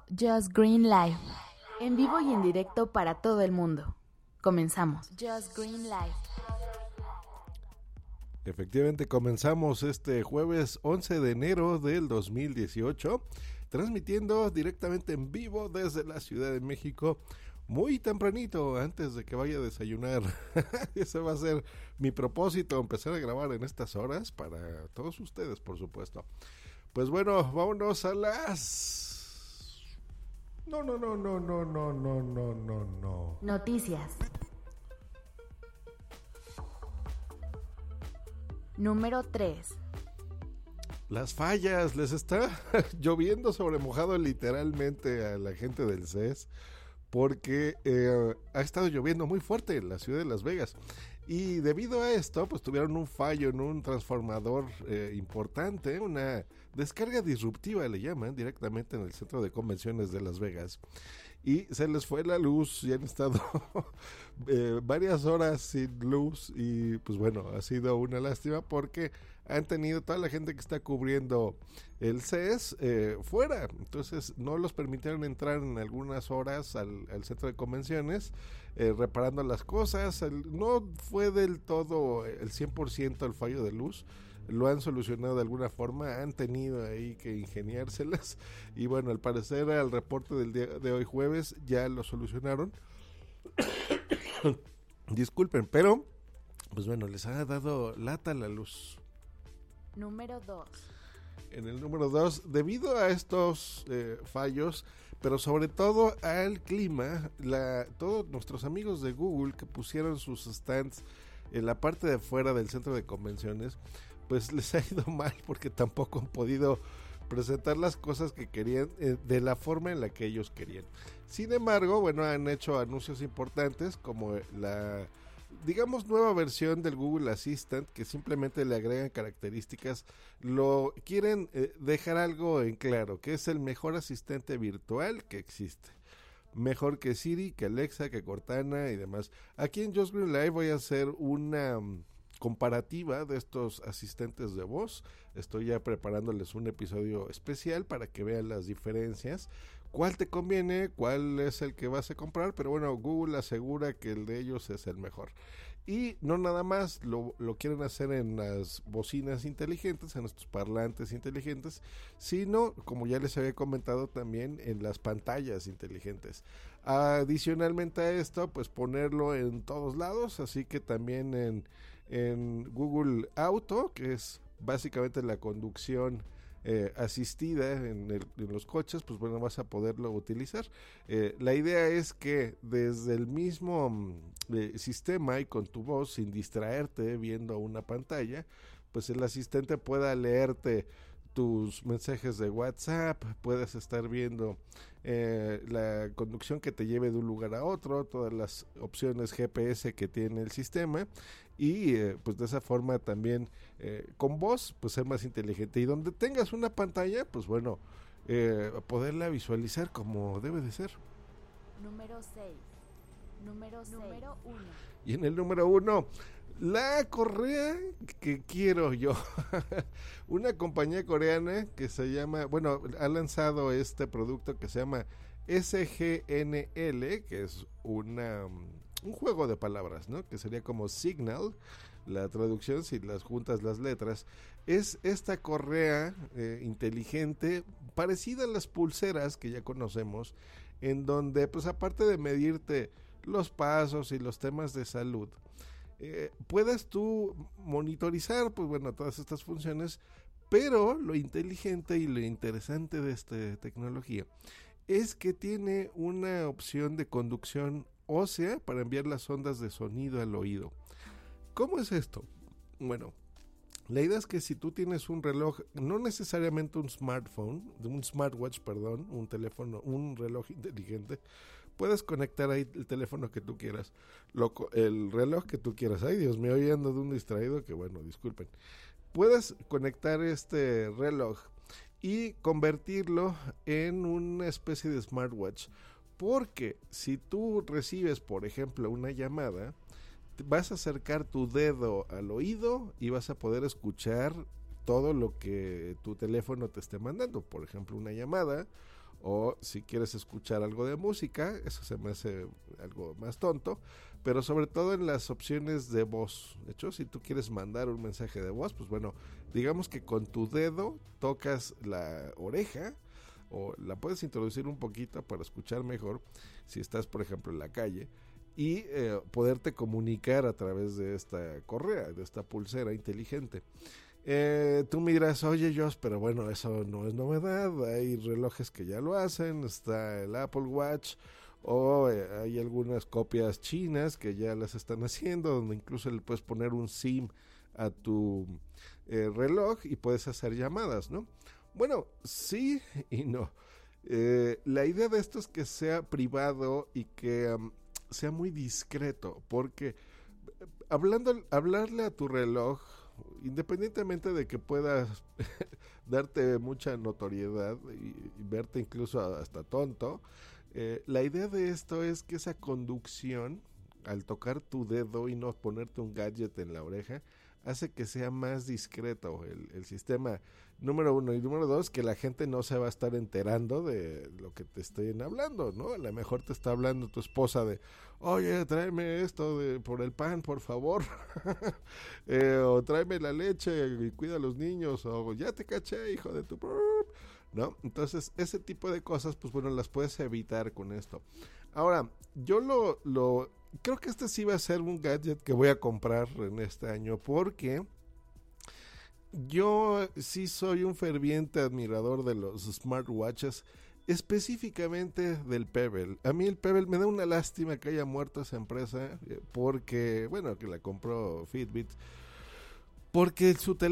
Just Green Live, en vivo y en directo para todo el mundo. Comenzamos. Just Green Live. Efectivamente, comenzamos este jueves 11 de enero del 2018, transmitiendo directamente en vivo desde la Ciudad de México, muy tempranito, antes de que vaya a desayunar. Ese va a ser mi propósito, empezar a grabar en estas horas para todos ustedes, por supuesto. Pues bueno, vámonos a las... No. Noticias. Número 3. Las fallas, les está lloviendo sobre mojado literalmente a la gente del CES, porque ha estado lloviendo muy fuerte en la ciudad de Las Vegas. Y debido a esto, pues tuvieron un fallo en un transformador importante, una descarga disruptiva le llaman, directamente en el centro de convenciones de Las Vegas. Y se les fue la luz y han estado varias horas sin luz y pues bueno, ha sido una lástima porque han tenido toda la gente que está cubriendo el CES fuera, entonces no los permitieron entrar en algunas horas al centro de convenciones reparando las cosas. No fue del todo el 100% el fallo de luz, lo han solucionado de alguna forma, han tenido ahí que ingeniárselas y bueno, al parecer al reporte del día de hoy jueves ya lo solucionaron. Disculpen, pero pues bueno, les ha dado lata la luz. Número 2. En el número 2, debido a estos fallos, pero sobre todo al clima, todos nuestros amigos de Google que pusieron sus stands en la parte de afuera del centro de convenciones, pues les ha ido mal porque tampoco han podido presentar las cosas que querían de la forma en la que ellos querían. Sin embargo, bueno, han hecho anuncios importantes como la, digamos, nueva versión del Google Assistant, que simplemente le agregan características. Lo quieren dejar algo en claro, que es el mejor asistente virtual que existe. Mejor que Siri, que Alexa, que Cortana y demás. Aquí en Just Green Live voy a hacer una comparativa de estos asistentes de voz. Estoy ya preparándoles un episodio especial para que vean las diferencias, cuál te conviene, cuál es el que vas a comprar, pero bueno, Google asegura que el de ellos es el mejor. Y no nada más lo quieren hacer en las bocinas inteligentes, en estos parlantes inteligentes, sino, como ya les había comentado, también en las pantallas inteligentes. Adicionalmente a esto, pues ponerlo en todos lados, así que también en Google Auto, que es básicamente la conducción asistida en los coches, pues bueno, vas a poderlo utilizar. La idea es que desde el mismo sistema y con tu voz, sin distraerte viendo una pantalla, pues el asistente pueda leerte tus mensajes de WhatsApp, puedes estar viendo la conducción que te lleve de un lugar a otro, todas las opciones GPS que tiene el sistema y pues de esa forma también con voz pues ser más inteligente y donde tengas una pantalla pues bueno poderla visualizar como debe de ser. Número 6. Número 1. Y en el número 1, la correa que quiero yo. Una compañía coreana que se llama, bueno, ha lanzado este producto que se llama SGNL, que es un juego de palabras, ¿no? Que sería como Signal, la traducción si las juntas las letras. Es esta correa inteligente, parecida a las pulseras que ya conocemos, en donde pues aparte de medirte los pasos y los temas de salud, puedas tú monitorizar pues bueno todas estas funciones, pero lo inteligente y lo interesante de esta tecnología es que tiene una opción de conducción ósea para enviar las ondas de sonido al oído. ¿Cómo es esto? Bueno, la idea es que si tú tienes un reloj, no necesariamente un smartwatch, un teléfono, un reloj inteligente, puedes conectar ahí el teléfono que tú quieras, el reloj que tú quieras. Ay, Dios mío, hoy ando de un distraído que bueno, disculpen. Puedes conectar este reloj y convertirlo en una especie de smartwatch, porque si tú recibes, por ejemplo, una llamada, vas a acercar tu dedo al oído y vas a poder escuchar todo lo que tu teléfono te esté mandando, por ejemplo una llamada o si quieres escuchar algo de música, eso se me hace algo más tonto, pero sobre todo en las opciones de voz. De hecho, si tú quieres mandar un mensaje de voz, pues bueno, digamos que con tu dedo tocas la oreja o la puedes introducir un poquito para escuchar mejor si estás, por ejemplo, en la calle, y poderte comunicar a través de esta correa, de esta pulsera inteligente. Tú me dirás, oye Josh, pero bueno, eso no es novedad, hay relojes que ya lo hacen, está el Apple Watch, o hay algunas copias chinas que ya las están haciendo, donde incluso le puedes poner un SIM a tu reloj y puedes hacer llamadas, ¿no? Bueno, sí y no. La idea de esto es que sea privado y que sea muy discreto, porque hablarle a tu reloj, independientemente de que puedas darte mucha notoriedad y verte incluso hasta tonto, la idea de esto es que esa conducción, al tocar tu dedo y no ponerte un gadget en la oreja, hace que sea más discreto el sistema, número uno. Y número dos, que la gente no se va a estar enterando de lo que te estén hablando, ¿no? A lo mejor te está hablando tu esposa de, oye, tráeme esto por el pan, por favor. O tráeme la leche y cuida a los niños, o ya te caché, hijo de tu... ¿no? Entonces, ese tipo de cosas, pues bueno, las puedes evitar con esto. Ahora, yo creo que este sí va a ser un gadget que voy a comprar en este año, porque yo sí soy un ferviente admirador de los smartwatches, específicamente del Pebble. A mí el Pebble me da una lástima que haya muerto esa empresa, porque, bueno, que la compró Fitbit, porque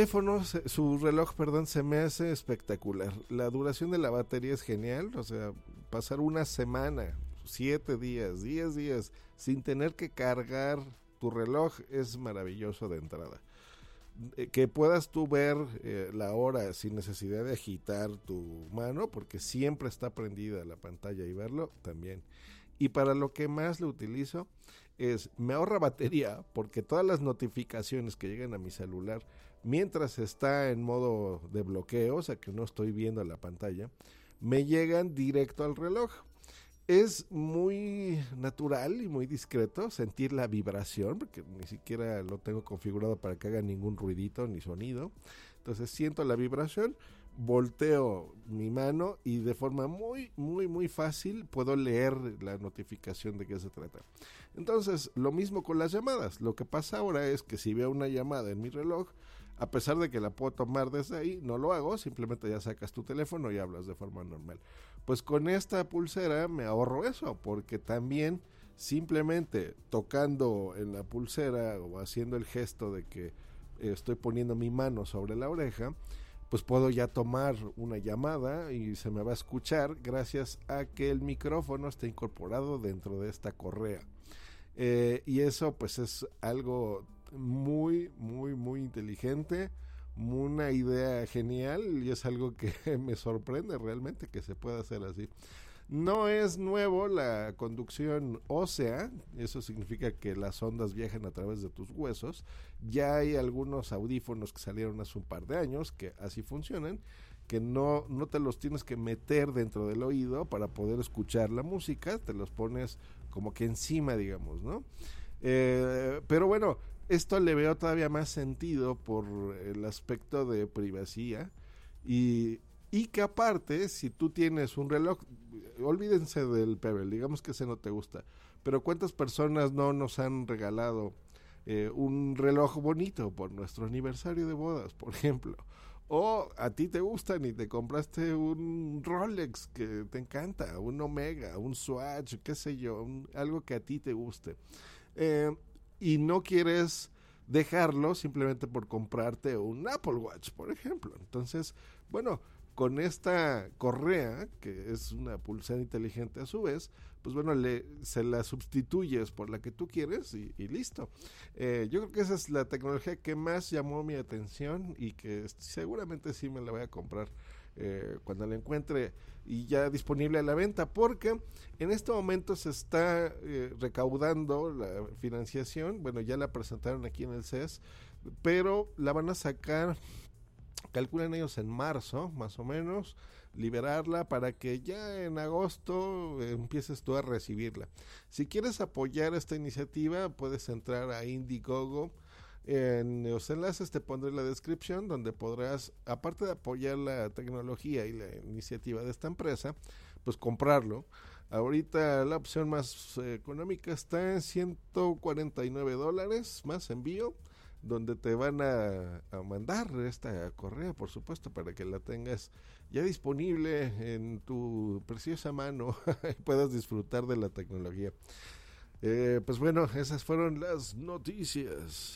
su reloj, perdón, se me hace espectacular. La duración de la batería es genial, o sea, pasar una semana, 7 días, 10 días, sin tener que cargar tu reloj es maravilloso de entrada. Que puedas tú ver la hora sin necesidad de agitar tu mano, porque siempre está prendida la pantalla, y verlo también. Y para lo que más lo utilizo me ahorra batería, porque todas las notificaciones que llegan a mi celular mientras está en modo de bloqueo, o sea que no estoy viendo la pantalla, me llegan directo al reloj. Es muy natural y muy discreto sentir la vibración, porque ni siquiera lo tengo configurado para que haga ningún ruidito ni sonido. Entonces siento la vibración, volteo mi mano y de forma muy, muy, muy fácil puedo leer la notificación de qué se trata. Entonces, lo mismo con las llamadas. Lo que pasa ahora es que si veo una llamada en mi reloj, a pesar de que la puedo tomar desde ahí, no lo hago, simplemente ya sacas tu teléfono y hablas de forma normal. Pues con esta pulsera me ahorro eso, porque también simplemente tocando en la pulsera o haciendo el gesto de que estoy poniendo mi mano sobre la oreja, pues puedo ya tomar una llamada y se me va a escuchar gracias a que el micrófono está incorporado dentro de esta correa. Y eso pues es algo muy, muy, muy inteligente, una idea genial, y es algo que me sorprende realmente que se pueda hacer así. No es nuevo la conducción ósea, eso significa que las ondas viajan a través de tus huesos. Ya hay algunos audífonos que salieron hace un par de años que así funcionan, que no te los tienes que meter dentro del oído para poder escuchar la música, te los pones como que encima, digamos, ¿no? Pero bueno, esto le veo todavía más sentido por el aspecto de privacidad, y que aparte, si tú tienes un reloj, olvídense del Pebble, digamos que ese no te gusta, pero ¿cuántas personas no nos han regalado un reloj bonito por nuestro aniversario de bodas, por ejemplo? O a ti te gustan y te compraste un Rolex que te encanta, un Omega, un Swatch, qué sé yo, algo que a ti te guste. Y no quieres dejarlo simplemente por comprarte un Apple Watch, por ejemplo. Entonces, bueno, con esta correa, que es una pulsera inteligente a su vez, pues bueno, se la sustituyes por la que tú quieres y listo. Yo creo que esa es la tecnología que más llamó mi atención y que seguramente sí me la voy a comprar cuando la encuentre y ya disponible a la venta, porque en este momento se está recaudando la financiación. Bueno, ya la presentaron aquí en el CES, pero la van a sacar, calculan ellos, en marzo, más o menos, liberarla para que ya en agosto empieces tú a recibirla. Si quieres apoyar esta iniciativa, puedes entrar a Indiegogo. En los enlaces te pondré en la descripción, donde podrás, aparte de apoyar la tecnología y la iniciativa de esta empresa, pues comprarlo. Ahorita la opción más económica está en $149 más envío, donde te van a mandar esta correa, por supuesto, para que la tengas ya disponible en tu preciosa mano y puedas disfrutar de la tecnología. Pues bueno, esas fueron las noticias.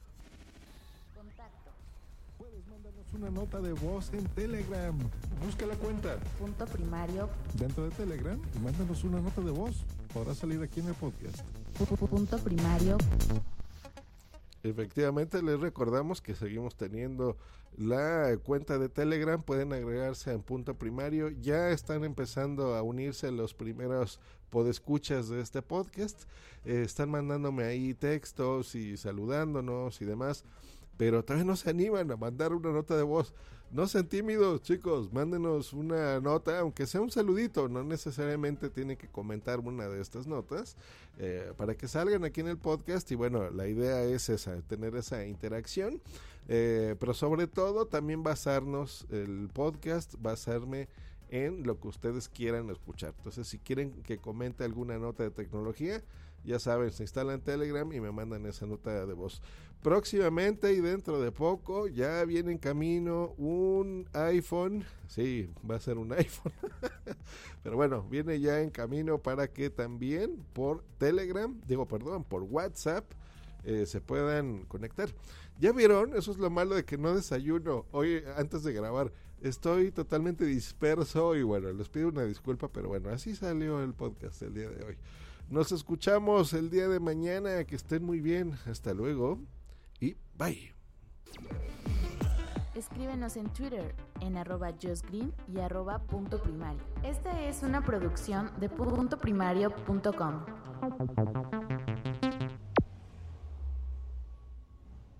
Puedes mandarnos una nota de voz en Telegram. Busca la cuenta Punto Primario. dentro de Telegram y mándanos una nota de voz. Podrá salir aquí en el podcast. Punto Primario. Efectivamente, les recordamos que seguimos teniendo la cuenta de Telegram. Pueden agregarse en Punto Primario. Ya están empezando a unirse los primeros podescuchas de este podcast. Están mandándome ahí textos y saludándonos y demás, pero todavía no se animan a mandar una nota de voz. No sean tímidos, chicos, mándenos una nota, aunque sea un saludito, no necesariamente tienen que comentar una de estas notas, para que salgan aquí en el podcast. Y bueno, la idea es esa, tener esa interacción, pero sobre todo también basarnos, el podcast, basarme en lo que ustedes quieran escuchar. Entonces, si quieren que comente alguna nota de tecnología, ya saben, se instalan Telegram y me mandan esa nota de voz. Próximamente y dentro de poco ya viene en camino un iPhone. Sí, va a ser un iPhone. Pero bueno, viene ya en camino para que también por por WhatsApp se puedan conectar. ¿Ya vieron? Eso es lo malo de que no desayuno hoy antes de grabar. Estoy totalmente disperso y bueno, les pido una disculpa, pero bueno, así salió el podcast el día de hoy. Nos escuchamos el día de mañana, que estén muy bien, hasta luego y bye. Escríbenos en Twitter en @justgreen y @punto primario. Esta es una producción de puntoprimario.com.